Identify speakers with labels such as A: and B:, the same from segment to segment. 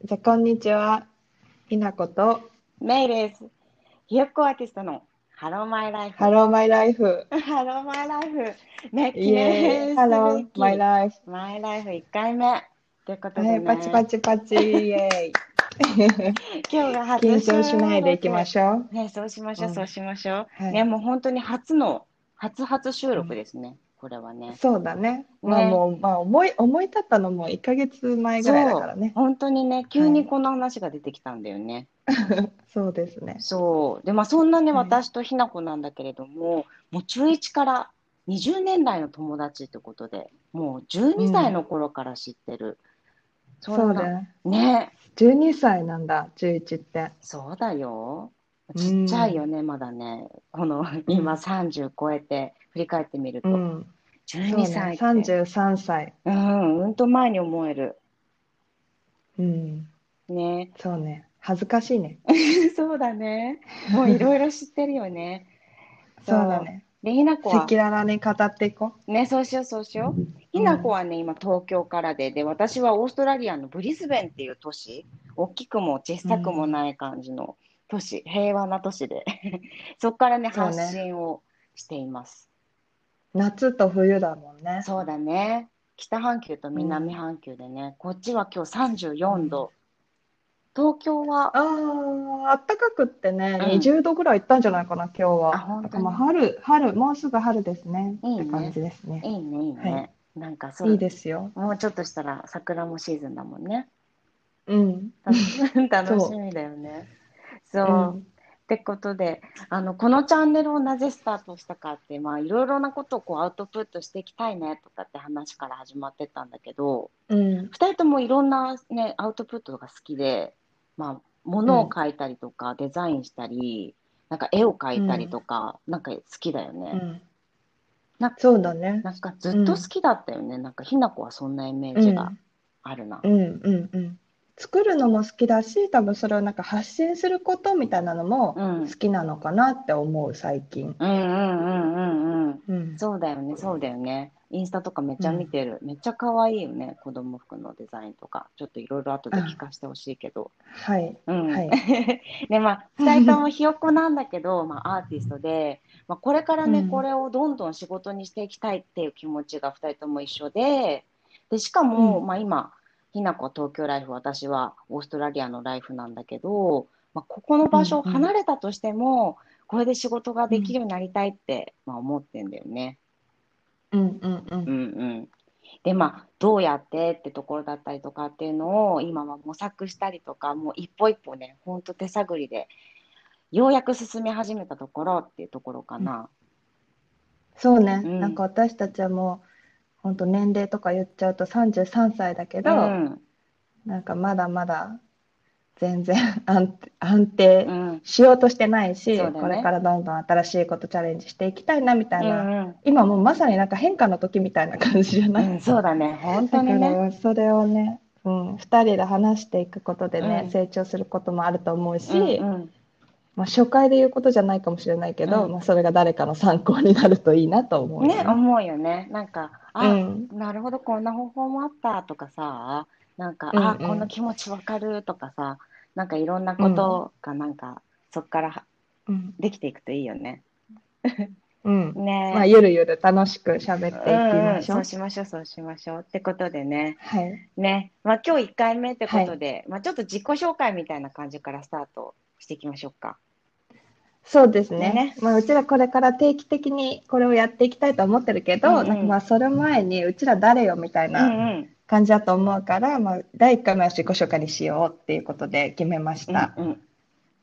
A: じゃあ、こんにちは。ひなこと、
B: メイです。ひよっこアーティストのハローマイライフ。
A: ハローマイライフ。
B: ハローマイライフ。ね、記
A: イエーイ、
B: 念すべ
A: ハローマイ
B: き
A: ライフ。
B: マイライフ1回目。ということで
A: はい、パチパ
B: ね、
A: チパチ、イエーイ。
B: 今日が初収
A: 緊張しないでいきま
B: 録。
A: しょ
B: ね、そうしま
A: う。
B: しょう、そう
A: うん。
B: しましょう。ね、
A: はい。
B: もう本当に初収
A: うん。
B: 録ですね。これはね。
A: そうだね。まあ
B: ね、
A: もう、まあ思い立ったのも1ヶ月前ぐらいだか
B: そう、
A: らね。
B: 本当にね、急
A: はい。
B: にこの話が出てきたんだよね。
A: そうですね。
B: そう。で、まあそんなね、
A: はい。
B: 私とひな子なんだけれども、もう中1から20年来の友達ってことで、もう12歳
A: うん。
B: の頃から知ってる。そんな、
A: そうだね。
B: ね、
A: 12歳なんだ、11って。
B: そうだよ。
A: う
B: ちっちゃいよ
A: ん。
B: ね、まだね。この今
A: うん。
B: 30超えて振り返ってみると。
A: うん。
B: 12
A: そうね。
B: 歳って、
A: 33歳。
B: うんと前に思える。
A: うん。
B: ね。
A: そうね。恥ずかしいね。
B: そうだね。もういろいろ知ってるよね。そ
A: そうだね。
B: う。で、ひな子
A: 赤
B: は
A: 裸々に語っていこ
B: ね、そうしよう、そうしよう。
A: う。
B: ひ
A: うん。
B: な子はね、今東京からで、私はオーストラリアのブリスベンっていう都市、大きくも小
A: う
B: さくも
A: ん。
B: ない感じの都市、平和な都市でそこからね、発
A: そうね。
B: 信をしています。
A: 夏と冬だもんね。
B: そうだね。北半球と
A: うん。
B: 南半球でね、こっちは今日34
A: うん。
B: 度。東京は、
A: ああ、あったかくってね、
B: うん。
A: 20度ぐらいいったんじゃないかな、今日
B: あ、
A: は。だからまあ
B: 本当に
A: 春、もうすぐ春ですね。って感
B: いいね。
A: じですね。
B: いいね、いい
A: はい。
B: ね。なんかそ
A: いい
B: う、
A: ですよ。
B: もうちょっとしたら桜もシーズンだもんね。
A: うん。
B: 楽し
A: そ
B: みだよね。そう。
A: う。うん。
B: ってことで、このチャンネルをなぜスタートしたかって、まあ、いろいろなことをこうアウトプットしていきたいねとかって話から始まってたんだけど、
A: うん。
B: 二人ともいろんなね、アウトプットが好きで、まあ、物を
A: うん。
B: 描いたりとか、デザインしたり、なんか絵を描いたり
A: うん。
B: とか、なんか好きだよね。
A: うん。
B: な、
A: そうだね。
B: なんかずっ
A: うん。
B: と好きだったよね。なんかひな子はそんなイメージが
A: うん。
B: あるな。
A: うん。うん。うん。作るのも好きだし、多分それをなんか発信することみたいなのも
B: うん。
A: 好きなのかなって思う、最近。
B: うんうんうんうんうん。
A: うん。
B: そうだよね、そうだよね。インスタとかめっちゃ見
A: うん。
B: てる。めっちゃ可愛いよね、子供服のデザインとか。ちょっといろいろ後で聞
A: あ、
B: かせてほしいけど。
A: はい。
B: うん。
A: はい。
B: で、まあ、二人ともひよっこなんだけど、まあ、アーティストで、まあ、これからね、こ
A: うん。
B: れをどんどん仕事にしていきたいっていう気持ちが二人とも一緒で、しかも、
A: うん。
B: まあ、今、ひな子は東京ライフ、私はオーストラリアのライフなんだけど、まあ、ここの
A: うん。
B: 場所を
A: うん。
B: 離れたとしても、これで仕事が
A: うん。
B: できるようになりたいって、まあ、思ってんだよね。
A: うん。うん。う
B: うん
A: ん。
B: うん。で、まあ、どうやってってところだったりとかっていうのを今は模索したりとか、もう一歩一歩ね、ほんと手探りで、ようやく進み始めたところっていうところかな。
A: そうね。なんか
B: うん。
A: 私たちはもう、本当年齢とか言っちゃうと33歳だけ
B: う
A: ど、
B: ん。
A: なんかまだまだ全然安定
B: うん。
A: しようとしてないし、これか
B: そうだね。
A: らどんどん新しいことチャレンジしていきたいなみた
B: う
A: いな、
B: んう
A: 今もうまさになんか変化の時みたいな感じじゃな
B: ん。
A: い？
B: うん、そうだね。本
A: だか
B: 当にね。
A: らそれをね、うん、2人で話していくことでね、
B: うん。
A: 成長することもあると思う
B: うんう
A: し、
B: ん。
A: まあ、初回で言うことじゃないかもしれないけど、
B: うん。
A: まあ、それが誰かの参考になるといいなと思うよ
B: ね、
A: ね。
B: 思うよね。なんか、あ、
A: うん、
B: なるほど、こんな方法もあったとかさ、なんか、
A: うん、
B: あ、この
A: うん、
B: 気持ちわかるとかさ、なんかいろんなこ
A: うん、
B: とがなんか、そっから
A: うん、
B: できていくといいよね。
A: うん。まあ、
B: ね
A: ゆるゆる楽しく喋
B: え。
A: っていき
B: うんうん、
A: ましょう。
B: そうしましょう、そうしましょう。ってことでね。
A: はい。
B: ね。まあ今日1回目ってこ
A: はい。
B: とで、まあちょっと自己紹介みたいな感じからスタートしていきましょうか。
A: そうですね。
B: でね。
A: まあ、うちらこれから定期的にこれをやっていきたいと思ってるけ
B: うん
A: ど、なんかまあ、
B: うん。
A: それ前に、うちら誰よみたい
B: う
A: な
B: んうん。
A: 感じだと思うから、まあ、第1回目は自己紹介にしようっていうことで決めまし
B: うん
A: た。
B: うん。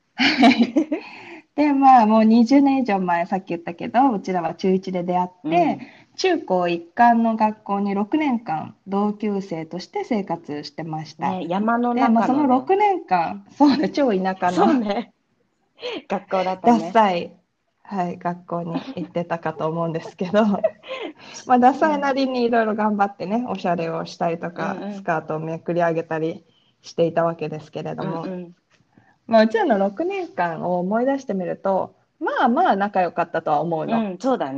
A: で、まあ、もう20年以上前、さっき言ったけど、うちらは中1で出会って、
B: うん。
A: 中高一貫の学校に6年間同級生として生活してました。
B: ね、山の
A: で、まあ、その
B: 中のね。
A: 6年間、そうね、超田舎の
B: そうね。学校だった
A: ダ
B: ね。
A: サい、はい、学校に行ってたかと思うんですけど、まあ、ダサいな
B: うん。
A: りにいろいろ頑張ってね、おしゃれをしたりと
B: うん
A: か、
B: うん。
A: スカートをめくり上げたりしていたわけですけれど
B: うん
A: も、
B: うん。
A: まあ、うちらの6年間を思い出してみると、まあまあ仲良かったとは思うの。
B: うん、そうだね。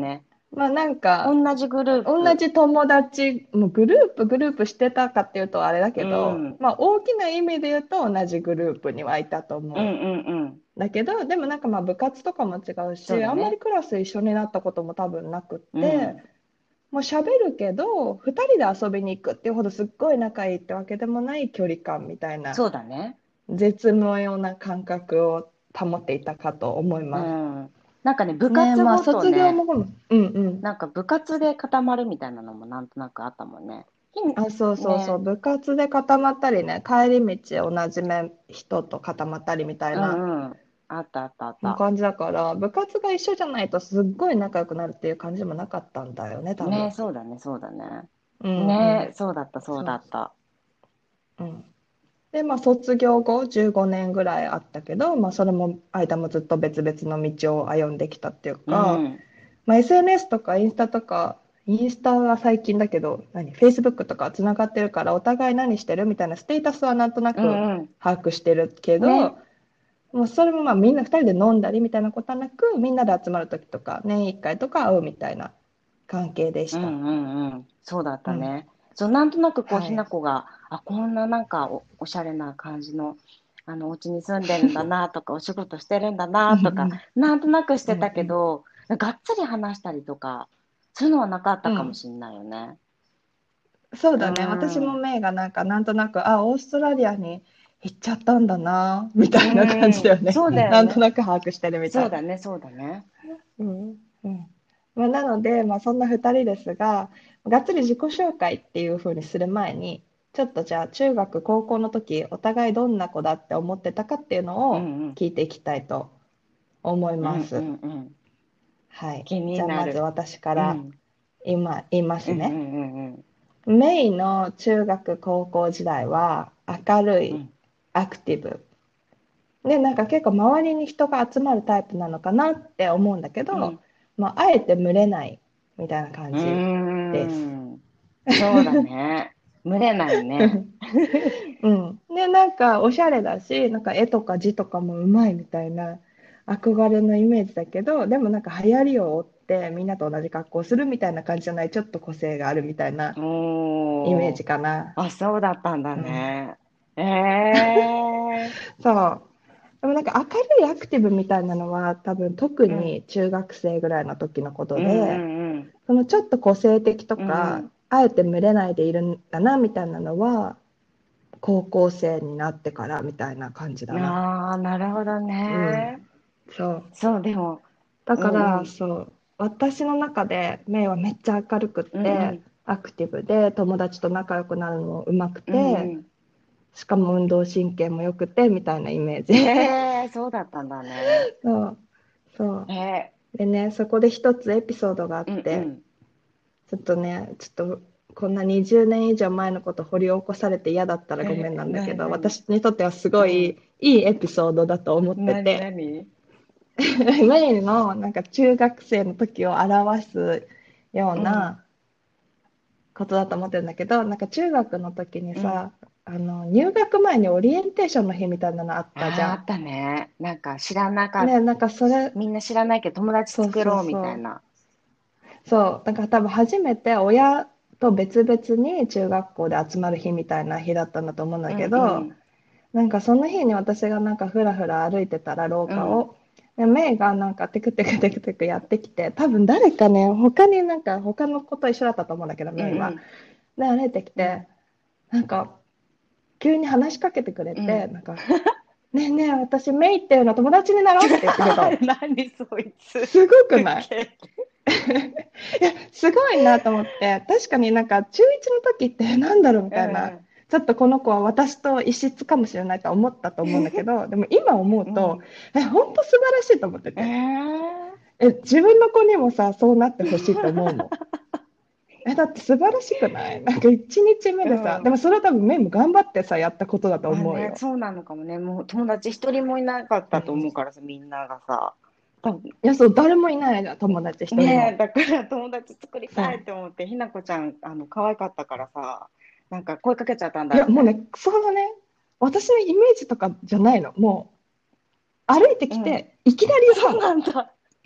A: まあなんか、
B: 同じグループ。
A: 同じ友達、もうグループしてたかっていうとあれだ
B: う
A: けど、
B: ん。
A: まあ大きな意味で言うと同じグループにはいたと思う。
B: うんうんうん。
A: だけど、でもなんかまあ部活とかも違うし、あんまり
B: そうだね。
A: クラス一緒になったことも多分なくって、
B: うん。
A: もう喋るけど、2人で遊びに行くっていうほどすっごい仲いいってわけでもない距離感みたいな
B: そうだね。
A: 絶妙な感覚を保っていたかと思い
B: う
A: ます。
B: ん。なんかね、部
A: ねえ、まあ
B: 活ごと
A: 卒業
B: ね、
A: も、うんうん。
B: なんか部活で固まるみたいなのもなんとなくあったもんね。
A: あ、そうそうそう、
B: ね。
A: 部活で固まったりね、帰り道同じ人と固まったりみたい
B: う
A: な
B: んうん。あったあったあった。
A: 感じだから、部活が一緒じゃないとすっごい仲良くなるっていう感じもなかったんだよね、多
B: ね、
A: 分。
B: そうだね、そうだね。
A: うんう
B: ね、
A: ん。
B: そうだった、そう
A: そう。
B: だった。
A: うん。で、まあ、卒業後15年ぐらいあったけど、まあ、それも間もずっと別々の道を歩んできたっていう
B: う
A: か、
B: ん。
A: まあ、SNS とかインスタとか、インスタは最近だけど、Facebook とかつながってるから、お互い何してるみたいなステータスはなんとな
B: う
A: く
B: ん
A: 把握してるけ
B: うん。ね。
A: ど、もうそれもまあみんな2人で飲んだりみたいなことはなく、みんなで集まる時とか、年1回とか会うみたいな関係でした。
B: うんうんうん。そうだっ
A: うん。
B: たね。そう、なんとなくこう、ひな
A: はい。
B: こが、あ、こんななんかおしゃれな感じの、お家に住んでるんだなとか、お仕事してるんだ
A: うん
B: なとか、
A: うん。
B: なんとなくし
A: う
B: てたけ
A: ん
B: ど、がっつり話したりとか、そういうのはなかっ
A: うん。
B: たかも
A: うん。
B: しれないよね。う
A: そうだね。私も
B: ん。
A: メイがなんとなく、あ、オーストラリアに行っちゃったんだな、み
B: う
A: たいな感じだ
B: ん。
A: よね。
B: そうだ
A: なんと
B: よね。
A: なく把握してるみたい。
B: そうだね、そうだね。
A: うんうん。まあ、なので、まあ、そんな2人ですが、がっつり自己紹介っていう風にする前に、ちょっとじゃあ中学、高校の時、お互いどんな子だって思ってたかっていうのを
B: うんうん。
A: 聞いていきたいと思い
B: うんう
A: ます。
B: んうん。
A: はい。
B: 気
A: じゃあまず
B: になる。
A: 私から
B: うん。
A: 言いますね。
B: うんうんうんうん。
A: メイの中学、高校時代は明るい、
B: うん。
A: アクティブ。で、なんか結構周りに人が集まるタイプなのかなって思うんだけど、
B: うん。
A: まあ、あえて群れないみたいな感
B: うー
A: じです。
B: ん。そうだね。群れないね。
A: うん。で、なんかおしゃれだし、なんか絵とか字とかもうまいみたいな憧れのイメージだけど、でもなんか流行りを追ってみんなと同じ格好するみたいな感じじゃない、ちょっと個性があるみたいなイメージ
B: おー。
A: かな。
B: あ、そうだったんだ
A: うん。
B: ね。ええ
A: そう。でもなんか明るいアクティブみたいなのは多分特
B: うん。
A: に中学生ぐらいの時のこと
B: うん
A: で、
B: うん
A: そのちょっと個性的と
B: うん。う
A: か、
B: ん
A: あえて群れないでいるんだなみたいなのは、高校生になってからみたいな感じ
B: うん。
A: だな。
B: ああ、なるほど
A: うん。
B: ね。
A: そう。
B: そう、でも、
A: だ
B: う
A: から、
B: んうん。
A: そう。私の中で、メイはめっちゃ明るくっ
B: うんう
A: て、
B: ん。
A: アクティブで、友達と仲良くなるのもうまく
B: うん
A: て、
B: うん。
A: しかも運動神経も良くて、みたいなイメージ。
B: ええそうだったんだね。
A: そう。そう。
B: え
A: でね、そこで一つエピソードがあっ
B: うんう
A: て、
B: ん。
A: ちょっとこんな20年以上前のこと掘り起こされて嫌だったらごめんなんだけど、
B: なになに
A: 私にとってはすごい
B: うん。
A: いいエピソードだと思って
B: なにな
A: て、
B: に
A: メイのなんか中学生の時を表すよう
B: うん。
A: なことだと思ってるんだけど、なんか中学の時に
B: うん。
A: さ、入学前にオリエンテーションの日みたいなのあったじ
B: ああ、あ
A: ゃ
B: ったね。なんか知らなか
A: ん。
B: っ
A: ね、なんかそれ、
B: みんな知らないけど友達
A: そうそう
B: 作ろうみ
A: そう。
B: たいな。
A: そう、だから多分初めて親と別々に中学校で集まる日みたいな日だったんだと思うんだ
B: うん
A: けど、
B: うん。
A: なんかその日に私がなんかふらふら歩いてたら廊
B: うん。
A: 下を、でメイがなんかテクテクテクテクやってきて、多分誰かね、他になんか他の子と一緒だったと思うんだけど、メイは。
B: うんうん。
A: で、歩いてきて、
B: うん。
A: なんか急に話しかけてくれて、
B: うん。
A: なんか、ねえねえ、私メイっていうの友達になろうって言ってくれたの。
B: 何そいつ。
A: すごくない？
B: ウケ
A: いや、すごいなと思って、確かになんか中1の時ってなんだろうみ
B: る。う
A: たいな、
B: ん
A: ちょっとこの子は私と異質かもしれないと思ったと思うんだけど、でも今思う
B: うん。う
A: と、
B: ん。
A: 本当素晴らしいと思ってて、
B: え
A: 自分の子にもさ、そうなってほしいと思うもん。だって素晴らしくない？なんか1日目
B: う
A: でさ、で
B: ん。
A: もそれは多分メイも頑張ってさ、やったことだと
B: まあね、
A: 思うよ。
B: そうなのかもね。もう友達一人もいなかったと
A: うん。い
B: 思うからさ、みんながさ。多分
A: や、そう、誰もいないじゃん、友達一人
B: ねえ、
A: も。
B: だから友達作りたいっ
A: そ
B: て思って、ひなこちゃん、可愛かったからさ、なんか声かけちゃったん
A: う。いや、
B: だろうね。
A: もうね、そのね、私のイメージとかじゃないの。もう、歩いて
B: うん。
A: きて、いきなり言った
B: そう
A: の。
B: なんだ。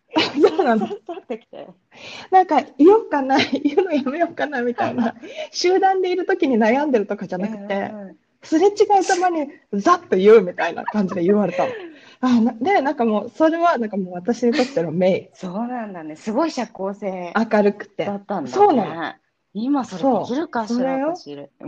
A: そうなの。
B: さってきて。
A: なんか言おうかな、言うのやめようかなみたいな、集団でいる時に悩んでるとかじゃ
B: うん
A: なくて、
B: うんうん。
A: すれ違いざまにざっと言うみたいな感じで言われたの。で、なんかもう、それはなんかもう私にとってのメ
B: そうなんだね。すごい社交性
A: イ、明るくて。
B: だったんだ
A: そうなの。
B: ね。今それでき
A: そう。
B: るかしら、
A: それよ。
B: 私。うん。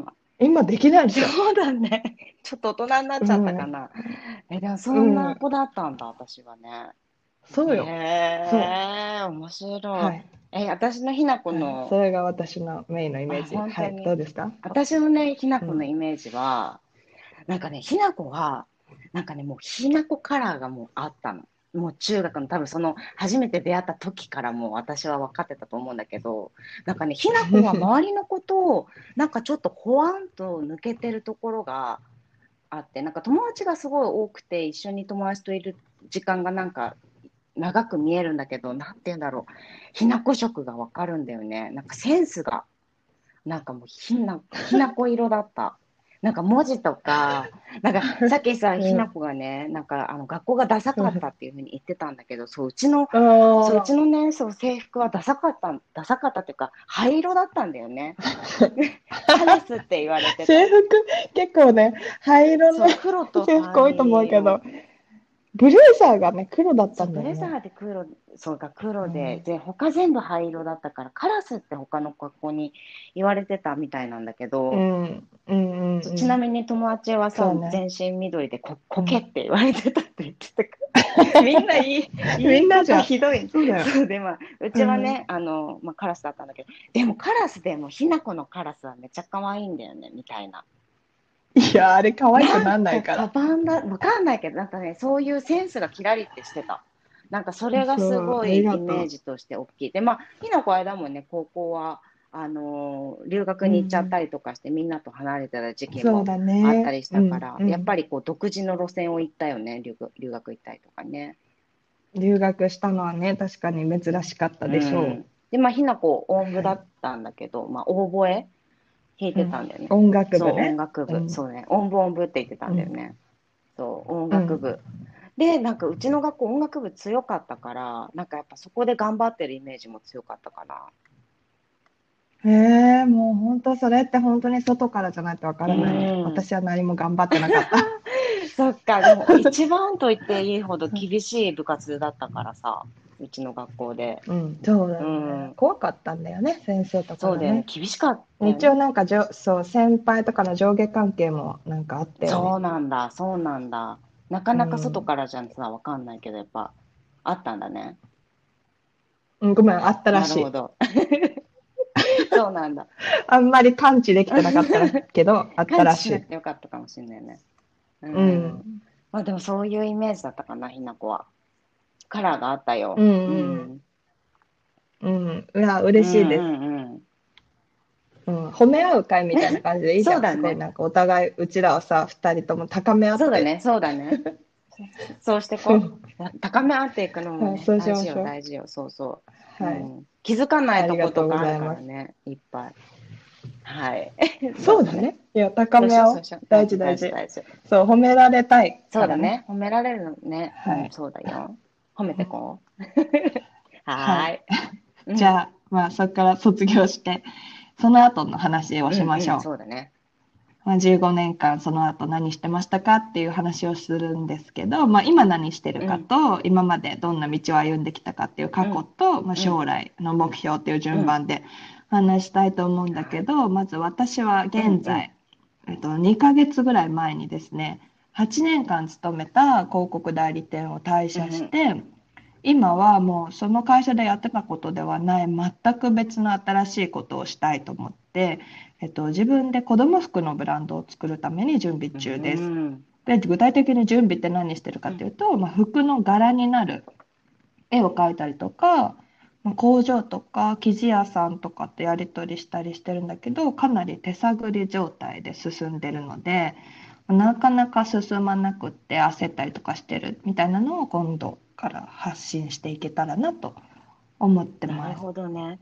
A: 今できないでしょ。
B: そうだね。ちょっと大人になっちゃった
A: うん。
B: かな。でも
A: う
B: そんな
A: ん。
B: 子だったんだ、私はね。へ
A: そうよ。そう。
B: え、面白い。
A: はい。
B: 私のひな子
A: はい。
B: の、
A: それが私のメインのイメージ。はい。ど
B: 本当に。
A: うですか？
B: 私のね、ひな
A: うん。
B: 子のイメージは、なんかね、ひな子は、なんかね、もうひな子カラーがもうあったの。もう中学の多分その初めて出会った時からもう私は分かってたと思うんだけど、なんかね、ひな子は周りのことをなんかちょっとほわんと抜けてるところがあって、なんか友達がすごい多くて一緒に友達といる時間がなんか長く見えるんだけど、なんて言うんだろう。ひな子色が分かるんだよね。なんかセンスがなんかもうひなこ色だった。なんか文字とか、なんかさっきさ、ひな
A: うん。
B: こがね、なんか学校がダサかったっていうふうに言ってたんだけど、そう、
A: あ
B: うち
A: あ。
B: のね、そう、制服はダサかったっていうか、灰色だったんだよね。カラスって言われてた。
A: 制服、結構ね、灰色の
B: そう、黒と
A: 制服多いと思う
B: 灰色。
A: けど、ブレザーがね、黒だった
B: そう、
A: んだよね。
B: ブレザーで黒、そうか、黒で、
A: うん。
B: 他全部灰色だったから、カラスって他の学校に言われてたみたいなんだけど、
A: うん、うん、うん、
B: そう、
A: うん。
B: ちなみに友達はさ、
A: そうね。
B: 全身緑でこけっ
A: うん。
B: て言われてたって言ってたから。みんな言い方
A: みんなじゃ、
B: ひどい。
A: そうだよ。
B: そうで、まあ、う
A: うん。
B: ちはね、カラスだったんだけど、でもカラスでも、ひなこのカラスはめっちゃ可愛いんだよね、みたいな。
A: いや、あれ可愛くなんな
B: なんか、
A: いから。
B: カバンだ、わかんないけど、なんかね、そういうセンスがキラリってしてた。なんか、それがす
A: そう、あ
B: ごいイ
A: りがと
B: メージとして大きい。で、まあ、ひなこ間もね、高校は、留学
A: う。う
B: に行っちゃった
A: ん、
B: りとかして、みんなと離れてた時期も
A: そうだね。
B: あったりし
A: うん、
B: たから、
A: うん。
B: やっぱりこう、独自の路線を行ったよね、留学行ったりとかね。
A: 留学したのはね、確かに珍しかった
B: う
A: でしょ
B: ん。で、まあ、ひなこ、音
A: う。
B: 部だっ
A: はい。
B: たんだけど、まあ、オーボエ弾いて
A: うん。
B: たんだよね。
A: 音楽
B: そう、音
A: 部ね。
B: 楽部。
A: うん、
B: そうね、音部って言ってた
A: うん、
B: んだよね。そう、音
A: うん。
B: 楽部。で、なんかうちの学校音楽部強かったから、なんかやっぱそこで頑張ってるイメージも強かったかな。
A: へえ、もう本当それって本当に外からじゃないとわか
B: う
A: らないね。
B: ん。
A: 私は何も頑張ってなかった。
B: そっか、でも一番と言っていいほど厳しい部活だったからさ、うちの学校で。
A: うん、そうだ
B: う
A: よね。
B: ん。
A: 怖かったんだよね、先生とか
B: そうだよね。
A: がね。
B: 厳しかったよね。
A: 一応なんかそう、先輩とかの上下関係もなんかあったよね。
B: そうなんだ、そうなんだ。なか
A: う
B: なか外
A: ん。
B: からじゃさ、わかんないけど、やっぱ、あったんだね。
A: うん、ごめん、あったらしい。
B: なるほど。そうなんだ。
A: あんまり感知できてなかったけど、あった
B: 感知
A: らしい。
B: しなくてよかったかもしれないね。う
A: うん。
B: ん。まあでもそういうイメージだったかな、ひなこは。カラーがあったよ。
A: うん
B: う
A: うん。
B: ん。
A: うん。うわ、
B: うん
A: 嬉しいです。
B: うんうん。
A: うん。褒め合う会みたいな感じでいいじゃん。
B: そうだね。
A: すごいなんかお互い、うちらはさ、二人とも高め合って。
B: そうだね。そうだね。そうしてこう。高め合っていくのもね、
A: はい、そうし
B: 大事よ、
A: ましょう。
B: 大事よ。そうそう。う
A: はい。
B: ん。気づかないとこ
A: ありがとうご
B: とかある
A: ざいます。
B: からね、いっぱい。はい。そうだね。
A: そうだね。いや、高
B: そうしよう、
A: め合おう。
B: そうしよう。大事、大事、
A: 大事大事。
B: 大事。
A: そう、褒められたいからね。
B: そうだね。褒められるのね。うん、
A: はい。
B: そうだよ。褒めてこう。
A: はい。
B: はーい。うん。
A: じゃあ、まあ、そこから卒業して、その後の話を
B: うんうん、
A: しましょ
B: そうだね。
A: う。まあ、15年間その後何してましたかっていう話をするんですけど、まあ、今何してる
B: うん、
A: かと、今までどんな道を歩んできたかっていう過去
B: うん、
A: と、まあ、
B: うん、
A: 将来の目標っていう
B: うん。
A: 順番で話したいと思うんだ
B: はい。
A: けど、まず私は
B: うん、うん、
A: 現在、2ヶ月ぐらい前にですね、8年間勤めた広告代理店を退社し
B: うん、
A: て、今はもうその会社でやってたことではない全く別の新しいことをしたいと思って、自分で子供服のブランドを作るために準備
B: う
A: 中です。
B: ん、
A: で、具体的に準備って何してるか
B: うん、
A: というと、まあ、服の柄になる絵を描いたりとか、まあ工場とか生地屋さんとかとやり取りしたりしてるんだけど、かなり手探り状態で進んでるので、なかなか進まなくって焦ったりとかしてるみたいなのを今度から発信していけたらなと思ってます。
B: なるほどね。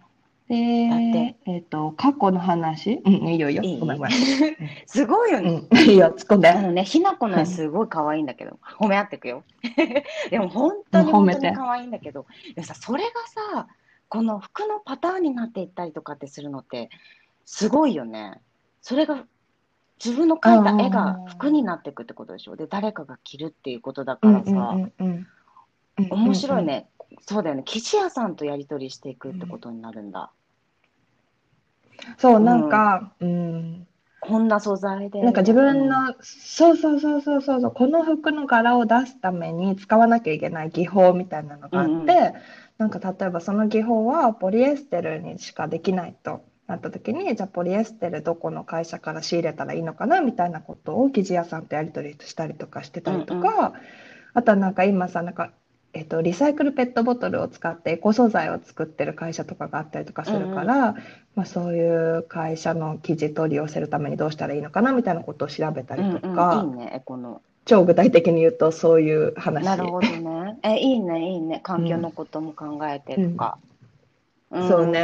B: だって、
A: 過去の話、うん、いいよいいよ。ごめん
B: いい
A: ごめん。うん、
B: すごいよね。
A: うん、いいよ、突っ込んで。
B: あのね、ひなこの絵すごい可愛いんだけど、褒め合ってくよ。でも本
A: うん、
B: 当に本
A: 褒めて。
B: 当に可愛いんだけど、でもさ、それがさ、この服のパターンになっていったりとかってするのって、すごいよね。それが自分の
A: あ
B: 描いた絵が服に
A: あ、
B: なっていくってことでしょ。で、誰かが着るっていうことだ
A: うんうんう
B: からさ、
A: んうん。うんう
B: 面
A: んうん。
B: 白いね。そうだよね。生地屋さんとやり取りしていく
A: うん、
B: ってことになるんだ。
A: そう、
B: うん。
A: こ
B: こんな素材で、
A: なんか自
B: みたいな。うん。
A: 分の、そうそうそうそうそうそう、この服の柄を出すために使わなきゃいけない技法みたいなのがあっ
B: うんうん。
A: て、なんか例えばその技法はポリエステルにしかできないとなった時に、じゃあポリエステルどこの会社から仕入れたらいいのかなみたいなことを生地屋さんとやり取りしたりとかしてたり
B: うんうん。
A: とか、あとはなんか今さ、リサイクルペットボトルを使ってエコ素材を作ってる会社とかがあったりとかする
B: うんうん。
A: から、まあ、そういう会社の生地取り寄せるためにどうしたらいいのかなみたいなことを調べたりと
B: うんうん。いい
A: か、
B: ね、エコの。
A: 超具体的に言うとそういう話。
B: なるほどね。いいね、いいね。環境
A: うん。
B: のことも考えて
A: うん。
B: とか。うん。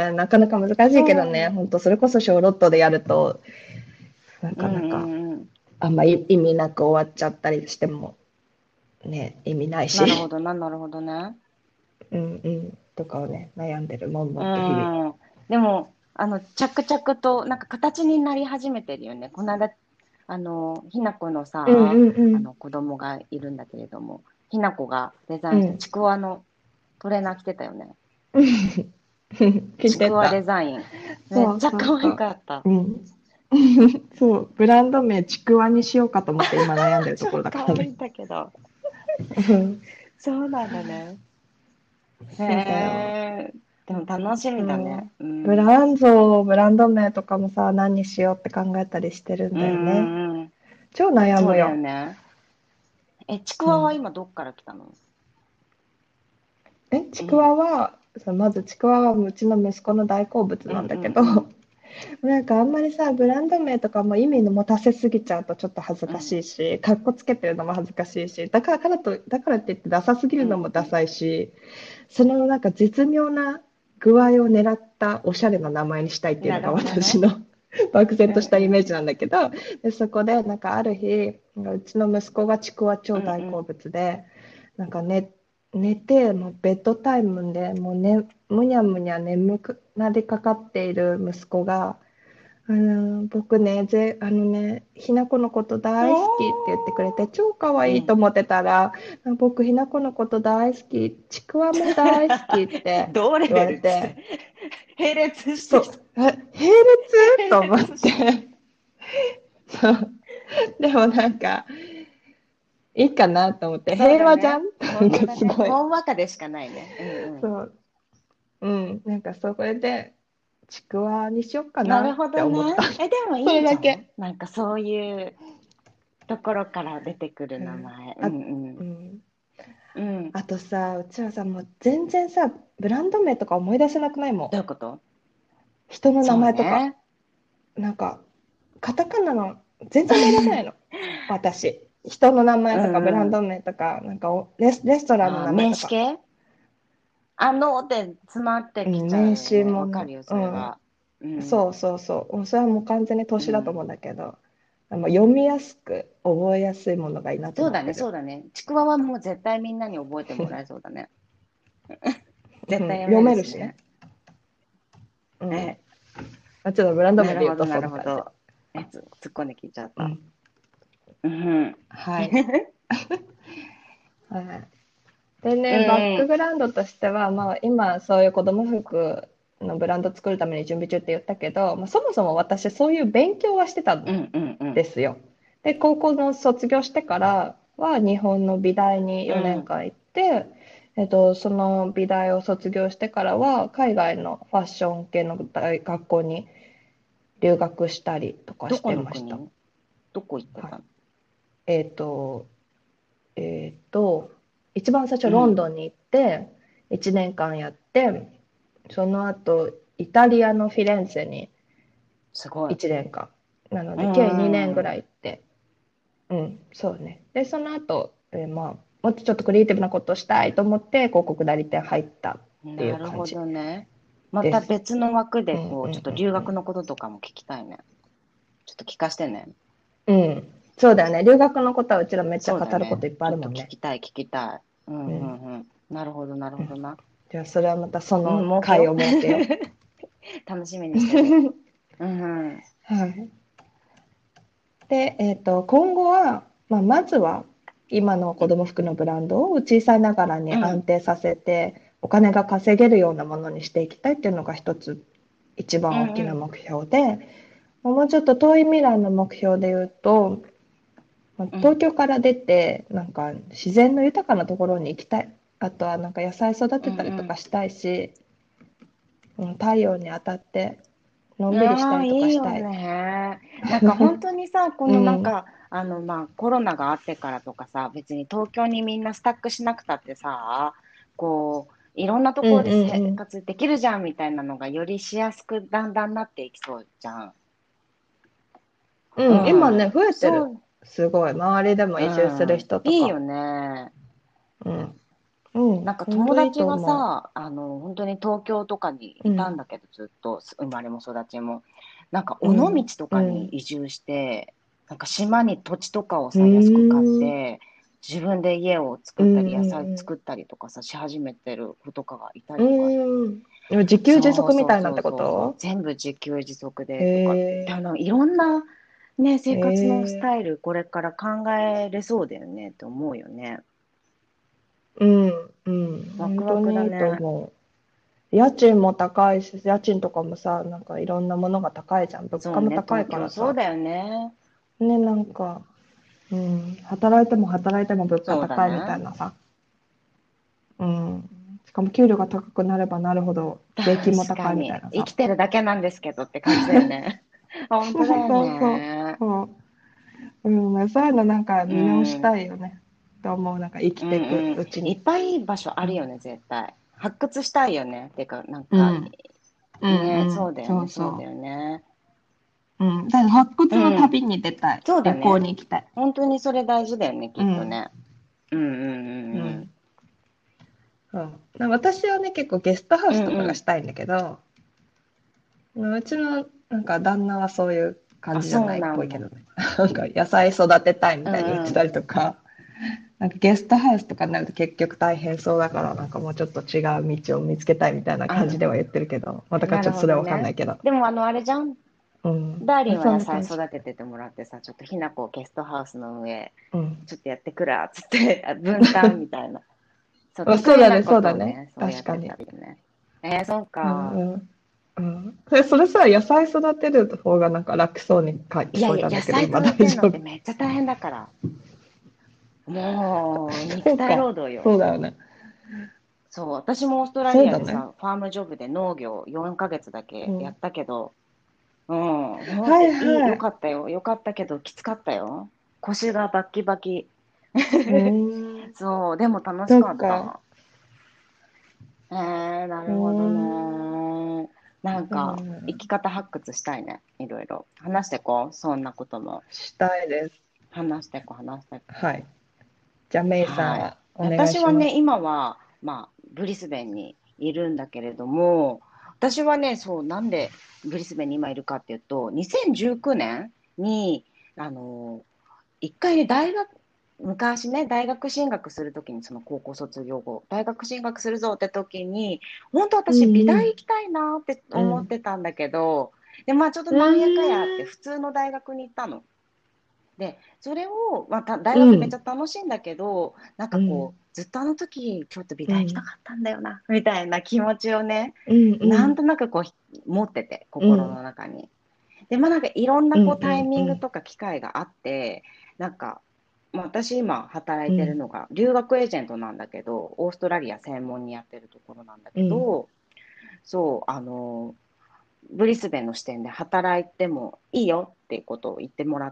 A: そうね、なかなか難しいけどね、
B: そう。
A: 本当それこそ小ロットでやると、な
B: うん
A: かなか
B: うんうん。
A: あんま意味なく終わっちゃったりしてもね、意味ないし。
B: なるほどね。
A: うんうん。とかをね、悩んでる、悶
B: う
A: 々と日々。
B: ん。でも、着々と、なんか形になり始めてるよね。この間、ひなこの
A: うん
B: さ、
A: うんうん。
B: 子供がいるんだけれども、ひなこがデザインした
A: うん。
B: ちくわのトレーナー着てたよね。
A: 聞い
B: ちくわデ
A: てた。
B: ザイン。めっ
A: そう
B: ちゃ可愛
A: そうそう。
B: かった。
A: うん。そう、ブランド名ちくわにしようかと思って今悩んでるところ
B: 超
A: だからね。
B: 可愛いんだけど。
A: うん。
B: そうなんだね。へ
A: そうだよ。
B: え。でも楽しみだね。
A: そう。
B: うん。
A: ブランド名とかもさ、何にしようって考えたりしてるん
B: うん
A: だよね。
B: うんうん。
A: 超悩
B: そうだよ
A: むよ。
B: ね。ちくわは
A: うん。
B: 今どっから来たの？
A: ちく
B: うん。
A: わは、まずちくわはうちの息子の大好物
B: うんう
A: なんだけど、
B: んうん。
A: なんかあんまりさ、ブランド名とかも意味の持たせすぎちゃうとちょっと恥ずかし
B: うん
A: いし、かっこつけてるのも恥ずかしいし、だからって言ってダサすぎるのもダ
B: うんうん。
A: サいし、そのなんか絶妙な具合を狙ったおしゃれな名前にしたいっていう
B: なる
A: のが
B: ほどね。
A: 私の漠然
B: うんうん。
A: としたイメージなんだけど、で、そこでなんかある日、うちの息子がちくわ超大好
B: うんうん。
A: 物で、なんか寝て、もうベッドタイムでもうね、むにゃむにゃ眠くなりかかっている息子が、僕ね、ひなこのこと大好きって言ってくれて、超可
B: うん。
A: 愛いと思ってたら、僕、ひなこのこと大好き、ちくわも大好きって
B: 同レ
A: 言わ
B: ベルっつって。
A: れて、
B: 並列してきた。
A: そう、並列と
B: 並
A: 思っ
B: 列して。
A: て、そう、でもなんか、いいかなと思って、
B: そう
A: 平和じゃん。
B: だね。
A: なんか
B: 本当だね。
A: すごい。
B: ほんわかでしかないね。うんう
A: そう、うん、なんかそこで、ちくわにしよっか
B: ん。な
A: なっ
B: るほど
A: て思った。
B: ね。でも
A: そ
B: いいじゃん。
A: れだけ。
B: なんかそういうところから出てくる
A: うん、
B: 名前。う
A: あ、
B: んうん。
A: うん。
B: うん。
A: あとさ、うちはさ、もう全然さ、ブランド名とか思い出せなくないもん。
B: どういうこと？
A: 人の名
B: そう
A: 前とか。
B: ね。
A: なんか、カタカナの、全然思い出せないの。私。人の名
B: う
A: 前とか、ブラン
B: んうん。
A: ド名とか、なんかレストランの名前とか。
B: 名詞系って詰まってきちゃう
A: 名
B: よね。
A: 詞もの。
B: わかるよ、そ
A: うん。
B: れは。うん。
A: そうそうそう。それはもう完全に
B: うん。
A: 年だと思うんだけど、読みやすく、覚えやすいものがいいなと
B: そうだね、
A: 思ってる。
B: そうだね。ちくわはもう絶対みんなに覚えてもらえそうだね。絶対読
A: 読
B: める
A: めるしね。
B: しね。
A: うん。
B: え、
A: ちょっとブランド名で言うと
B: なるほど、な
A: そんな感じ。
B: るほど。突っ込んで聞いちゃった。
A: うん。
B: うん。
A: はい。はい。で
B: う
A: ね、バック
B: ん、
A: グラウンドとしては、まあ、今、そういう子供服のブランド作るために準備中って言ったけど、まあ、そもそも私、そういう勉強はしてたん
B: うん、うん、うん、
A: ですよ。で、高校の卒業してからは、日本の美大に4
B: うん。
A: 年間行って、その美大を卒業してからは、海外のファッション系の大学校に留学したりとかし
B: どこ
A: てました。
B: の国？どこ行って
A: はい。
B: たの？
A: えっと、一番最初
B: うん、
A: ロンドンに行って1年間やって、その後イタリアのフィレンツェに
B: すごい。
A: 1年間なの
B: う
A: で計2年ぐ
B: ん。
A: らい行って、うん、そうね。でその後、まあもっとちょっとクリエイティブなことしたいと思って広告代理店入ったってい
B: なるほ
A: う感じ。
B: どね。 また
A: です。
B: 別の枠で、
A: うんう
B: こう、ちょっと留学
A: ん
B: のこととかも聞きたいね。ちょっと聞かしてね。
A: うんうん。うん。そうだよね。留学のことはうちらめっちゃ
B: そうだね。
A: 語ることいっぱい
B: ちょっと
A: あるもんね。
B: 聞きたい、聞きたい。うんう
A: うん。
B: んうん。なるほど、なる
A: うん。
B: ほどな。
A: じゃあそれはまたそ
B: うん、
A: の
B: 儲けよ
A: 会を設けよ
B: う。楽しみに
A: う。
B: してる。うんうん。
A: はい。で、今後は、まあ、まずは今の子供服のブランドを小さいながらに
B: うん。
A: 安定させて、お金が稼げるようなものにしていきたいっていうのが一つ、一番大きな
B: うんうん。
A: 目標で、もうちょっと遠い未来の目標で言うと、まあ
B: うん。
A: 東京から出て、なんか自然の豊かなところに行きたい。あとはなんか野菜育てたりとか
B: うん
A: したいし、うん、太陽に当たっての
B: うん。
A: んびりし
B: ああ、
A: たりとか
B: いいよ
A: したい。
B: ね。なんか本当にさ、こ
A: うん、
B: のなんか、まあ、コロナがあってからとかさ、別に東京にみんなスタックしなくたってさ、こう、いろんなと
A: うん
B: ころで
A: うんうん。
B: 生活できるじゃんみたいなのがよりしやすくだんだんなっていきそうじゃん。う
A: うん、今ね、
B: ん。
A: 増えてる。
B: そう、
A: すごい。周りでも
B: う
A: 移住する
B: ん。
A: 人とか。
B: いいよね。
A: うん。うん。
B: なんか
A: 本当いい
B: 友達が
A: と思
B: さ、本当に東京とかに
A: う。
B: い
A: うん。
B: たんだけど、ずっと生まれも育ちも。なんか尾道
A: うん。
B: とかに
A: うん。
B: 移住して、なんか島に土地とかを
A: う
B: さ、安く買っ
A: ーん。
B: て、自分で家を
A: うん。
B: 作ったり、野菜
A: うん。
B: 作ったりとかさ、し始めてる子とかがいた
A: う
B: りとか。
A: ん。自給自
B: そう
A: 足み
B: そうそう
A: たいなってこ
B: そうそう、
A: と？
B: 全部自給自足
A: へ
B: でとか、
A: え。
B: いろんなね、
A: へ
B: 生活のス
A: え。
B: タイル、これから考えれそうだよねって思うよね。
A: うん。うん。本
B: ワクワ
A: 当にいいと
B: クだね。
A: 思う。家賃も高いし、家賃とかもさ、なんかいろんなものが高いじゃん。物
B: そうね、
A: 価も高い
B: 東
A: からさ。
B: 京そうだよね。
A: ね、なんか、うん。働いても働いても物価
B: そうだ
A: 高いみたい
B: ね。
A: なさ。うん。しかも給料が高くなればなるほど税金も
B: 確かに。
A: 高いみたいなさ。
B: 生きてるだけなんですけどって感じだよね。本当だよ
A: そうそう。
B: ね。
A: そう。うん、そういうのなんか
B: う
A: 見直し
B: ん。
A: たいよね。と思う。なんか生き
B: うん
A: ていく
B: うん。
A: うちに。
B: いっぱいいい場所あ
A: うん。
B: るよね、絶対。発掘したいよね。てか、なんか、
A: うん。うん。
B: ね、
A: うん。
B: そうだよね、そうだ
A: そうそ
B: よね。
A: う。うん。だから発
B: う
A: 掘の
B: ん。
A: 旅に出たい。旅行
B: そうだね。
A: に行きたい。
B: 本当にそれ大事だよね、き
A: うん。
B: っとね。うんうんうんうん。
A: うん。そう。私はね、結構ゲストハウスとか
B: うんうん。
A: がしたいんだけど、うちのなんか旦那はそういう感
B: あ、
A: じじゃないっ
B: そうなんだ。
A: ぽいけどね。なんか野菜育てたいみ
B: う
A: たいに言っ
B: んうん。
A: てたりとか、なんかゲストハウスとかになると結局大変そうだから、なんかもうちょっと違う道を見つけたいみたいな感じでは言ってるけど、まあ、だから
B: なる
A: ちょっとそれはわかんな
B: ほどね。
A: いけど。
B: でも、あれじゃん。
A: うん。
B: ダーリンは
A: そん
B: 野菜
A: な感じ。
B: 育てててもらってさ、ちょっとひなこをゲストハウスの上、
A: うん。
B: ちょっとやってくら、つって、分担みたいな。そう、
A: あ、そうだね、
B: 得意なこ
A: そうだね。
B: とをね、そうやって
A: 確かに。
B: たりね。そう
A: うん
B: か。
A: うん。うん。それさ、野菜育てる方がなんか楽そうに聞こえ
B: いやいや、野
A: たんだけど、今
B: 菜育てる
A: 大丈夫？
B: のってめっちゃ大変だから。もう、肉体
A: そうか。
B: 労働よ。
A: そうだよね。
B: そう、私もオーストラ
A: そうだね。
B: リアでさ、ファームジョブで農業4ヶ月だけや
A: うん。
B: ったけど、うん、ほんと
A: はい
B: よ
A: はい。
B: かったよ。よかったけど、きつかったよ。腰がバッキバキ。
A: うーん。
B: そう、でも楽し
A: そ
B: か
A: っか。
B: った。な
A: うー
B: るほど
A: ん。
B: ね。なん
A: う
B: か、生
A: ん。
B: き方発掘したいね。いろいろ。話してこう。そんなことも。
A: したいです。
B: 話してこう、話してこ
A: はい。じゃあ、メイ
B: う。
A: さん
B: はい。
A: はお願い
B: 私はね、
A: します。
B: 今は、まあ、ブリスベンにいるんだけれども、私はね、そう、なんでブリスベンに今いるかっていうと、2019年に、あの、一回ね、昔ね、大学進学するときに、その高校卒業後、大学進学するぞって時に、本当
A: う
B: 私、美
A: んうん。
B: 大行きたいなって思っ
A: うん。
B: てたんだけど、で、まあちょっと
A: う
B: なんやかやって
A: ーん。
B: 普通の大学に行ったの。で、それを、まあ、大
A: うん。
B: 学めっちゃ楽しいんだけど、なん
A: うん。
B: かこう、ずっとあの時、ちょっと美大行きた
A: うん。
B: かったんだよな、みたいな気持ちをね、
A: うんう
B: なん
A: ん。
B: となくこう、持ってて、心
A: うん。
B: の中に。で、まあなんかいろんな
A: うん
B: こうタイミング
A: うん。
B: とか機会があって、なんか、まあ、私今働いてる
A: うん。
B: のが留学エージェントなんだけど、オーストラリア専門にやってるところなんだ
A: うん。
B: けど、そう、ブリスベンの支店で働いてもいいよっていうことを言ってもらって、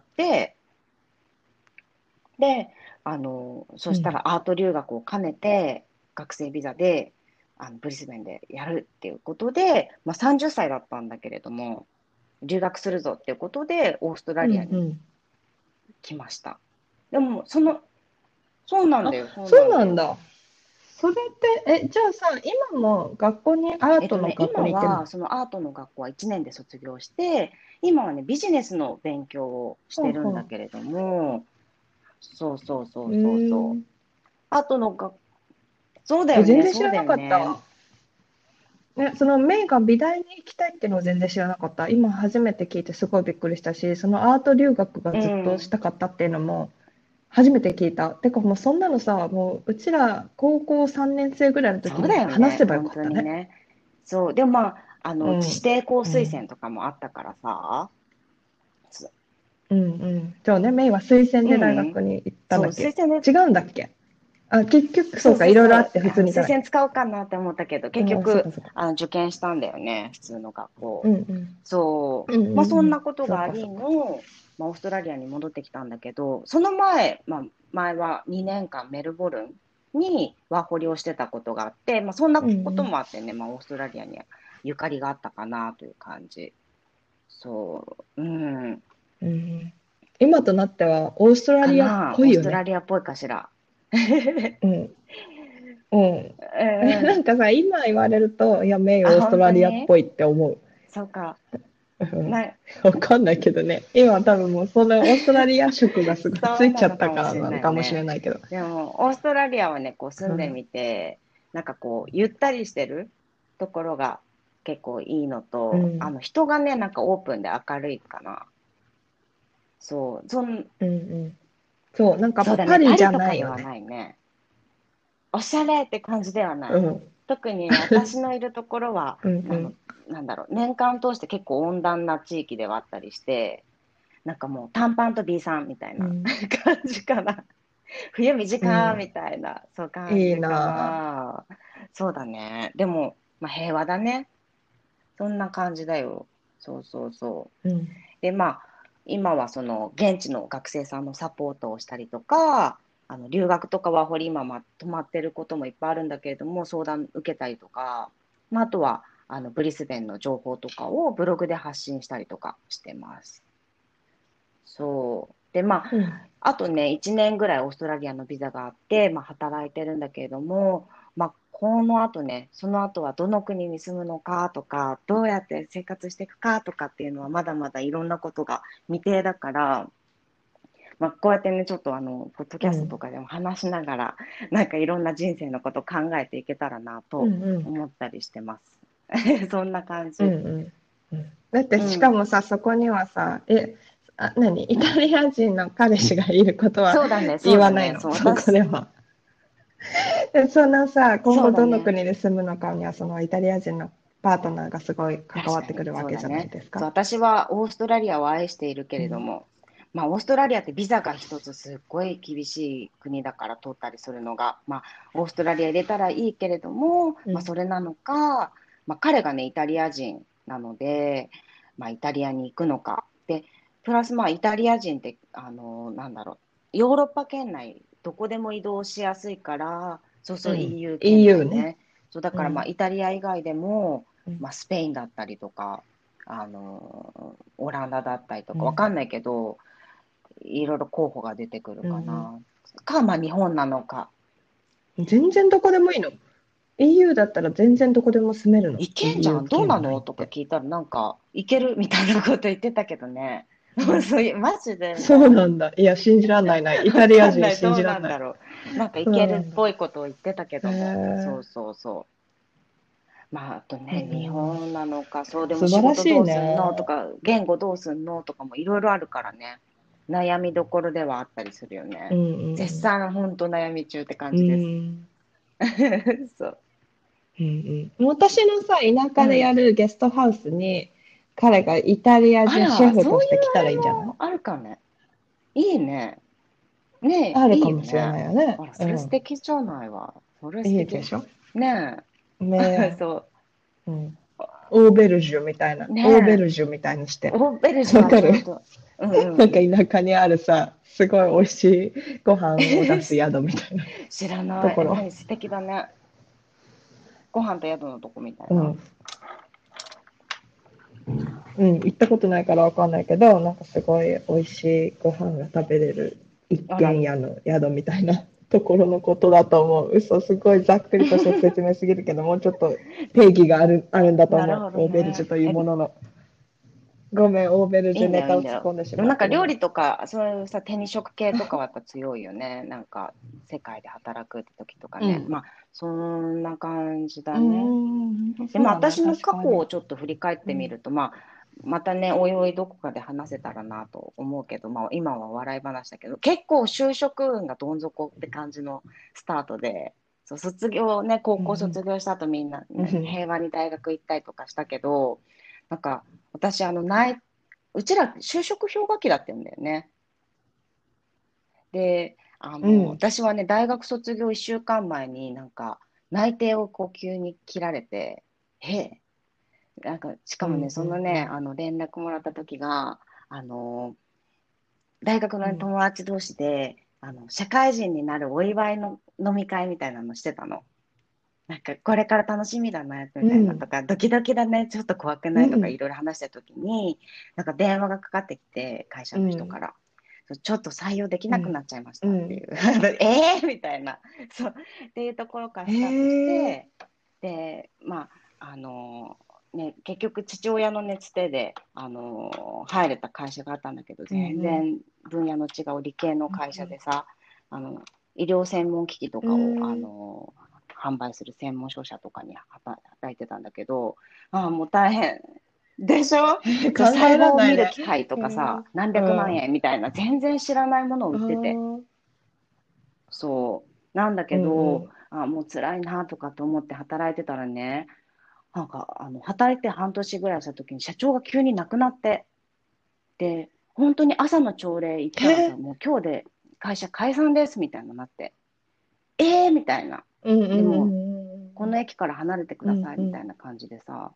B: で、そした
A: うん。
B: らアート留学を兼ねて、学生ビザで、ブリスベンでやるっていうことで、まあ、30歳だったんだけれども、留学するぞっていうことで、オーストラ
A: うん
B: リアに
A: うん。
B: 来ました。でも、そうなんだ
A: あ、
B: よ、そう
A: そう
B: なんだよ。
A: なんだ。 それって、じゃあさ、今も学校に、アートの学校
B: 今
A: に行ってるの？
B: はそのアートの学校は1年で卒業して、今はね、ビジネスの勉強をしてるんだ
A: ほうほ
B: けれども、そうそうそ
A: う。
B: うそうそう。アートの学、そうだよ
A: 全
B: ね、そうだ
A: 然知らなかっ
B: よね。
A: た。ね、そのメイが美大に行きたいっていうのを全然知らなかった。今初めて聞いてすごいびっくりしたし、そのアート留学が
B: う
A: ずっとし
B: ん。
A: たかったっていうのも初めて聞いた。てかもうそんなのさ、もううちら高校3年生ぐらいの時
B: そうだ
A: に
B: よね、
A: 話せばよ
B: 本
A: かったね。
B: 当にね。そう。でもまあ、指
A: うん。
B: 定校推薦
A: うん。
B: とかもあったからさ、そ
A: うんうん。そうね、メイは推薦
B: う
A: で大
B: ん。
A: 学に行ったん
B: そう、
A: だっけ？
B: 推薦で、
A: 違うんだっけ？あ、結局、
B: そう
A: そうか、
B: そうそう、
A: いろいろあって普通に行ったんだっけ？
B: 推薦使おうかなって思ったけど、結
A: ああ、そっ
B: 局、
A: かそっか。
B: 受験したんだよね、普通の学校。
A: うんうん。
B: そう。
A: うんうん
B: まあ、そんな
A: うん。
B: ことがあ
A: そっかそっか。
B: りの、まあ、オーストラリアに戻ってきたんだけど、その前、まあ、前は2年間メルボルンにワーホリをしてたことがあって、まあ、そんな
A: うんう
B: こと
A: ん。
B: もあってね、まあ、オーストラリアにゆかりがあったかなという感じ。そう、うん、
A: うんうん。今となってはオーストラリアっ
B: かな、オーストラ
A: ぽいよね。
B: リアっぽいかしら。う
A: うん。うん。な
B: ん、
A: んかさ、今言われると、いや、メイ
B: あ、
A: オースト
B: 本当
A: ラリアっ
B: に
A: ぽいって思う。
B: そうか。
A: うん。
B: な、
A: わかんないけどね。今は多分もうそのオーストラリア色がすごいつ
B: そうなの
A: いちゃった
B: かもしれ
A: からなのかもし
B: ないね。
A: れないけど。
B: でも、オーストラリアはね、こう住んで
A: うん。
B: みて、なんかこう、ゆったりしてるところが結構いいのと、
A: うん。
B: 人がね、なんかオープンで明るいかな。そう、
A: うんうん。そう、なんか
B: そうだね、
A: パリじゃ
B: パリとかでは
A: ないよね。
B: ないね。おしゃれって感じではない。
A: うん。
B: 特に私のいるところは、
A: うんう
B: あの、
A: ん。
B: なんだろう、年間通して結構温暖な地域ではあったりして、なんかもう短パンと B さんみたいな
A: うん。
B: 感じかな。冬
A: うん。
B: 短みたいな、そう感
A: いい
B: じか
A: な
B: な。そうだね。でも、まあ、平和だね。そんな感じだよ。そうそうそ
A: ぁ。う
B: う。
A: ん。
B: で、まあ、今はその現地の学生さんのサポートをしたりとか、留学とかワーホリ今泊まってることもいっぱいあるんだけれども、相談受けたりとか、まあ、あとはブリスベンの情報とかをブログで発信したりとかしてます。そう。で、まあ、
A: うん。
B: あとね、1年ぐらいオーストラリアのビザがあって、まあ、働いてるんだけれども、まあ、この後ね、その後はどの国に住むのかとか、どうやって生活していくかとかっていうのは、まだまだいろんなことが未定だから、まあ、こうやってね、ちょっとポッドキャストと
A: うん。
B: かでも話しながら、なんかいろんな人生のことを考えていけたらなと
A: うんうん。
B: 思ったりしてます。そんな感
A: うん
B: じ。
A: うんうん。だってしか
B: うん。
A: もさ、そこにはさ、イタリア人の彼氏がいることは
B: そうだね、そうだね。
A: 言わないの？
B: そう、
A: そこ
B: 私、
A: では。で、そのさ、今後どの
B: そうだね。
A: 国で住むのかには、そのイタリア人のパートナーがすごい関わってく
B: 確かに、
A: るわけじゃない
B: そうだね。そう、
A: ですか。
B: 私はオーストラリアを愛しているけ
A: うん。
B: れども、まあ、オーストラリアってビザが一つすっごい厳しい国だから通ったりするのが、まあ、オーストラリア入れたらいいけれども、まあ、
A: うん。
B: それなのか、まあ、彼がね、イタリア人なので、まあ、イタリアに行くのか。で、プラス、まあ、イタリア人って、なんだろう、ヨーロッパ圏内、どこでも移動しやすいから、そうそう、
A: うん。
B: EU 圏
A: EU ね。
B: 内ね。そう、だから、まあ、
A: うん。
B: イタリア以外でも、
A: うん。
B: まあ、スペインだったりとか、オランダだったりとか、わ
A: うん。
B: かんないけど、いろいろ候補が出てくる
A: うん。
B: かな。か、まあ、日本なのか。
A: 全然どこでもいいの？ EU だったら全然どこでも住めるの？
B: いけんじゃ
A: EU
B: ん、どうな
A: 圏内
B: のとか
A: って。
B: 聞いたら、なんか、いけるみたいなこと言ってたけどね。もうそういう、マジでみたいな。
A: そうなんだ。いや、信じらんないな。イタリア人
B: わかんない、どう
A: 信じらんない。
B: なんだろう。なんかいけ
A: そうなんだ。
B: るっぽいことを言ってたけ
A: へ
B: ども、そ
A: え。
B: うそうそう。まあ、あと
A: う
B: ね、日
A: ん。
B: 本なのか、そうでも
A: 素晴らしい
B: 仕事どうすんのと
A: ね。
B: か、言語どうすんのとかもいろいろあるからね。悩みどころではあったりするよね。
A: うん
B: 絶
A: うん
B: 賛本当悩み中って感
A: うん。う
B: じです。
A: ん。
B: そう。
A: うんうん。私のさ、田舎でや
B: うん。
A: るゲストハウスに、彼がイタリア人シェ
B: あら、
A: フとして来た
B: そういうあ
A: らいいんじゃない？
B: れもあるかね。いいね。ねえ、
A: あるか
B: いいよ
A: もしれな
B: ね。
A: いよね。
B: あら、それ素
A: うん。
B: 敵じゃないわ。それ素敵。
A: いいでしょ？
B: ねえ。
A: ね
B: そ
A: え。うん。オーベルジュみたいな。
B: う。ね
A: オーベ
B: え。
A: ルジュみたいにして。
B: オーベルジュ
A: わかる？
B: はちょうど。うんうん
A: なんか
B: うん。
A: 田舎にあるさ、すごい美味しいご飯を出す宿みたいな
B: 知らない。
A: ところ。
B: 何素敵だね。ご飯と宿のとこみたいな。
A: うん。うん、行ったことないからわかんないけど、なんかすごい美味しいご飯が食べれる一
B: あら、
A: 軒家の宿みたいな。 ところのことだと思う。嘘、すごいざっくりとした説明すぎるけど、もうちょっと定義があるんだと思う。
B: なるほど
A: オーベルジュ
B: ね。
A: というものの。ごめん、オーベル
B: いいんだよ、い
A: ジュネタを
B: いんだよ。
A: 突っ込んでし
B: でもなんか料
A: まってごめん。
B: 理とか、そういうさ、手に職系とかはやっぱ強いよね。なんか、世界で働くって時とかね。
A: うん。
B: まあ、そんな感じ
A: う
B: だね。
A: ーん、
B: でも
A: そうだね、
B: 私の過
A: 確かに。
B: 去をちょっと振り返っ
A: うん。
B: てみると、まあ、またね、おいおいどこかで話せたらなと思うけど、まあ、今は笑い話だけど、結構就職運がどん底って感じのスタートで、そう卒業ね、高校
A: うん
B: 卒業した後みんな、
A: うん。
B: 平和に大学行ったりとかしたけど、なんか私、うちら就職氷河期だったんだよね。で、
A: うん。
B: 私はね、大学卒業1週間前になんか内定をこう急に切られて、えなんか、しかもね、
A: うん。
B: そのね、
A: うん。
B: 連絡もらった時が、あの、大学の
A: うん。
B: 友達同士で、社会人になるお祝いの飲み会みたいなのしてたの。なんか、これから楽しみだな、みたいなと
A: うん。
B: か、ドキドキだね、ちょっと怖くないとか、い
A: うん。
B: ろいろ話した時に、なんか電話がかかってきて、会社
A: うん。
B: の人から、ちょっと採用でき
A: うん。
B: なくなっちゃいまし
A: うん。
B: たっていう。えーみたいな。そう。っていうところから
A: へ
B: スタートし
A: え。
B: て、で、まあ、ね、結局父親のねつてで、入れた会社があったんだけど、
A: うんうん。
B: 全然分野の違う理系の会社でさ、あの、医療専門機器と
A: う
B: かを、
A: ん。
B: 販売する専門商社とかに働いてたんだけど、ああ、もう大変。でしょ？そう、
A: 考えら
B: 細胞を
A: んないね。
B: 見る機械と
A: へえ。
B: かさ、何
A: う
B: 百万
A: ん。
B: 円みたいな、全然知らないものを売
A: あ
B: ってて。
A: あ。
B: そう。なんだ
A: う
B: けど、
A: んうん。
B: もう辛いなとかと思って働いてたらね、なんか、働いて半年ぐらいした時に社長が急に亡くなって、で、本当に朝の朝礼行ったらさ、
A: へえ。
B: もう今日で会社解散ですみたいなのになって、みたいな。
A: うんうん
B: でも、こ
A: うん
B: の駅から離れてくださいみた
A: うんうん。
B: いな感じでさ、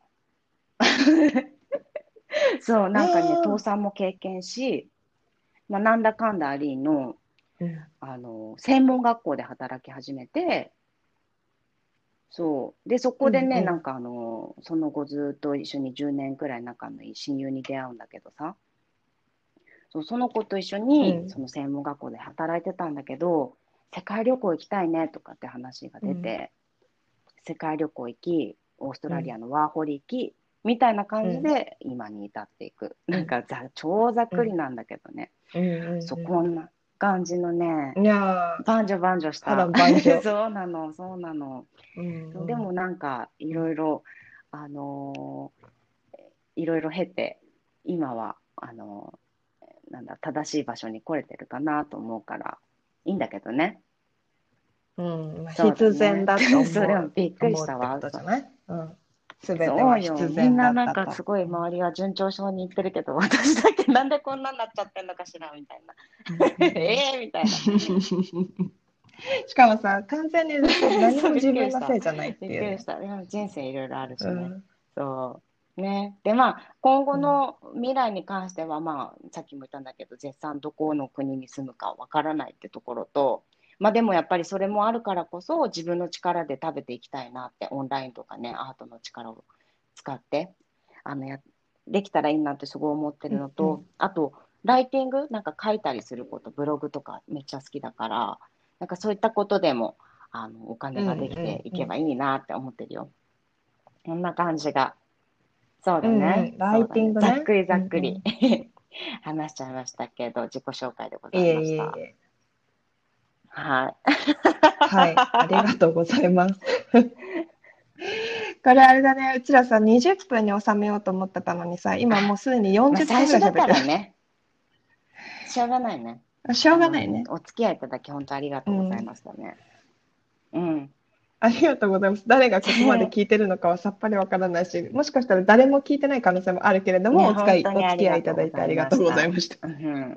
B: そう、
A: あ
B: なんかね、倒
A: あ。
B: 産も経験し、まあ、なんだかんだありの、
A: うん。
B: 専門学校で働き始めて、そう。で、そ
A: う
B: こでね、
A: んうん。
B: なんかその後ずっと一緒に10年くらい仲のいい親友に出会うんだけどさ、そう、その子と一緒に、
A: うん。
B: その専門学校で働いてたんだけど、世界旅行行きたいねとかって話が
A: うん。
B: 出て、世界旅行行き、オースト
A: うん。
B: ラリアのワーホリ行き、みたいな感じ
A: うん。
B: で今に至っていく。なん
A: うん。
B: か超ざっ
A: うん。
B: くりなんだけどね。
A: うん
B: そう、
A: うん
B: こんな感じのね、
A: うん。いやー、
B: バンジョバンジョし
A: 波
B: た。
A: 乱万丈。
B: そうなの、そうなの。
A: うん
B: そうでも
A: うん
B: なんか、い
A: うん。
B: ろいろ、あのいろいろ経て、今は、なんだ、正しい場所に来れてるかなと思うから、いいんだけどね。
A: うん、まあ、
B: そうだ
A: 必然
B: ね。
A: だと
B: それもびっくり
A: 思うってこ
B: したわ。
A: とじゃない？うん。すべては
B: そうよ。
A: 必
B: みん
A: 然だった
B: ななんかす
A: と。うん。
B: ごい周りは順調そうに言ってるけど、私だけなんでこんなになっちゃってんのかしらみたいな。
A: うんうんうん。
B: みたいな。
A: しかもさ、完全に何
B: そう、びっ
A: も自分の
B: くりした。
A: せいじゃないっ
B: び
A: ていうね。
B: っくりした。でも人生いろいろあるしね。
A: うん。
B: そう。ね。で、まあ、今後
A: うん。
B: の未来に関しては、まあ、さっきも言ったんだけど、絶賛どこの国に住むかわからないってところと、まあでもやっぱりそれもあるからこそ、自分の力で食べていきたいなって、オンラインとかね、アートの力を使って、あの、や、できたらいいなってすごい思って
A: う
B: るのと、
A: んうん。
B: あと、ライティングなんか書いたりすること、ブログとかめっちゃ好きだから、なんかそういったことでも、お金ができ
A: うん
B: ていけば
A: うん
B: いいなって思ってるよ。こんな感じが。そう
A: うん。うんう
B: だね。
A: ん。ライ
B: そうだね。
A: ティングね。
B: ざっくり
A: う
B: ざっくり
A: んうん。
B: 話しちゃいましたけど、自己紹介でござい
A: いえ
B: ました。
A: いえいえ。
B: はい。
A: はい。ありがとうございます。これあれだね。うちらさ、20分に収めようと思ってたのにさ、今もう
B: あ、
A: すでに
B: まあ
A: 40分ぐ
B: 最初だ
A: らい喋ってる。
B: からね、しょうがないね。
A: しょうがないね。
B: お付き合いいただき本当ありがとうござい
A: うん。
B: ましたね。うん。
A: ありがとうございます。誰がここまで聞いてるのかはさっぱりわからないし、もしかしたら誰も聞いてない可能性もあるけれども、
B: ね、本当
A: お
B: にあり
A: 付き合いいただ
B: がとうござい
A: いてありがとうござい
B: ました。
A: ました。
B: うん。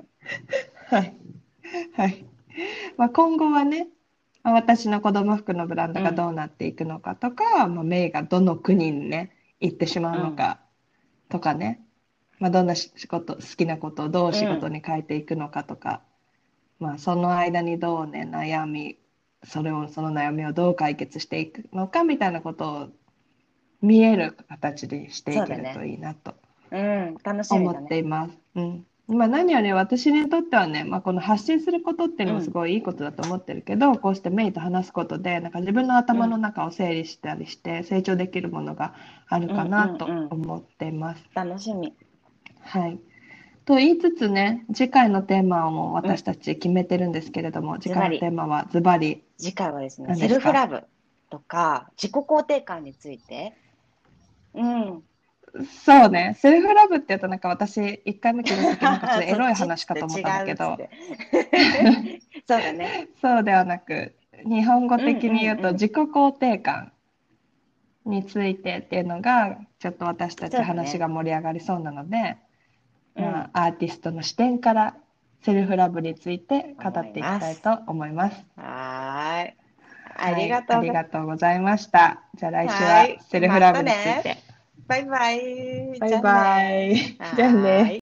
A: はい。はい。まあ、今後はね、まあ私の子供服のブランドが
B: うん。
A: どうなっていくのかとか、まあ、メイがどの国にね、行ってしま
B: うん。
A: うのかとかね、まあ、どんな仕事、好きなことをどう仕事
B: うん。
A: に変えていくのかとか、まあ、その間にどうね、その悩みをどう解決していくのかみたいなことを見える形にしていけると
B: そうだね。
A: いいなと
B: うん。楽しみ
A: 思っ
B: だね。
A: ています。うん。 まあ、何より私にとってはね、まあ、この発信することっていうのもす
B: うん、
A: ごいいいことだと思ってるけど、こうしてメイと話すことで、なんか自分の頭の
B: うん、
A: 中を整理したりして成長できるものがある
B: うん、
A: かな
B: うん、
A: と
B: うん。
A: 思っています。
B: 楽しみ。
A: はい。と言いつつね、次回のテーマをもう
B: うん、
A: 私たち決めてるんですけれども、次回のテ
B: ズバリ。
A: ーマはズバリ
B: 次回はですね、セ
A: 何ですか？
B: ルフラブとか、自己肯定感について。うん。
A: そうね、セルフラブって言うとなんか私、1回目聞いた時なんかちょっとエロい
B: そっちっ
A: 話かと思っ
B: て違
A: たんだけど、
B: うっつって。そうだね。
A: そうではなく、日本語
B: うん、
A: 的に言う
B: うん、うん。
A: と自己肯定感についてっていうのが、ちょっと私たち
B: そうだね。
A: 話が盛り上がりそうなので、ま
B: うん。
A: あ、アーティストの視点からセルフラブについて語
B: 思い
A: っていき
B: ます。
A: たいと思います。
B: はーい。あり
A: はい、あり
B: がとうござい
A: がとうございました。じゃあ来週は
B: はい。また
A: セルフラブについ
B: ね。
A: て。
B: バイバイ。じゃあ
A: バイバ
B: ね。
A: イ。じゃあね。
B: はーい。